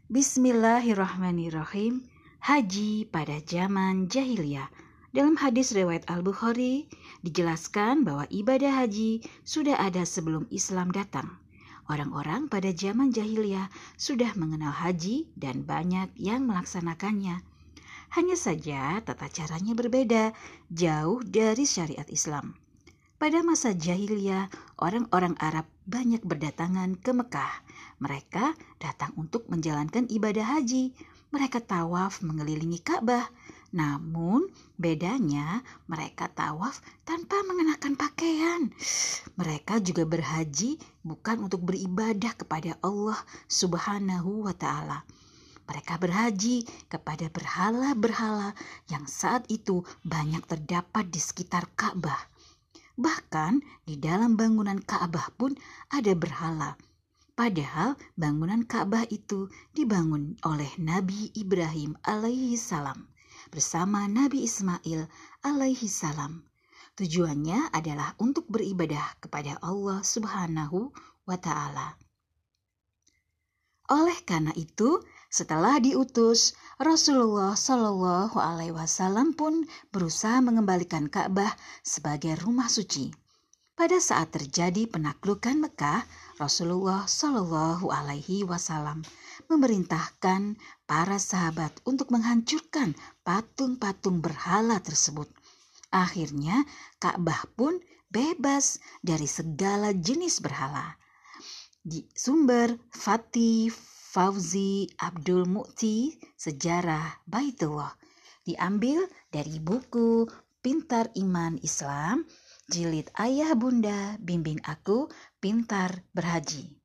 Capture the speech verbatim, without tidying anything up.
Bismillahirrahmanirrahim. Haji pada zaman jahiliyah. Dalam hadis riwayat Al-Bukhari dijelaskan bahwa ibadah haji sudah ada sebelum Islam datang. Orang-orang pada zaman jahiliyah sudah mengenal haji dan banyak yang melaksanakannya. Hanya saja tata caranya berbeda, jauh dari syariat Islam. Pada masa jahiliyah, orang-orang Arab banyak berdatangan ke Mekah. Mereka datang untuk menjalankan ibadah haji. Mereka tawaf mengelilingi Ka'bah. Namun, bedanya mereka tawaf tanpa mengenakan pakaian. Mereka juga berhaji bukan untuk beribadah kepada Allah Subhanahu wa Ta'ala. Mereka berhaji kepada berhala-berhala yang saat itu banyak terdapat di sekitar Ka'bah. Bahkan di dalam bangunan Ka'bah pun ada berhala. Padahal bangunan Ka'bah itu dibangun oleh Nabi Ibrahim alaihi salam bersama Nabi Ismail alaihi salam. Tujuannya adalah untuk beribadah kepada Allah Subhanahu wa Ta'ala. Oleh karena itu, setelah diutus, Rasulullah Shallallahu Alaihi Wasallam pun berusaha mengembalikan Ka'bah sebagai rumah suci. Pada saat terjadi penaklukan Mekah, Rasulullah Shallallahu Alaihi Wasallam memerintahkan para sahabat untuk menghancurkan patung-patung berhala tersebut. Akhirnya, Ka'bah pun bebas dari segala jenis berhala. Di sumber Fatih Fauzi Abdul Mu'ti Sejarah Baitullah diambil dari buku Pintar Iman Islam, jilid Ayah Bunda Bimbing Aku Pintar Berhaji.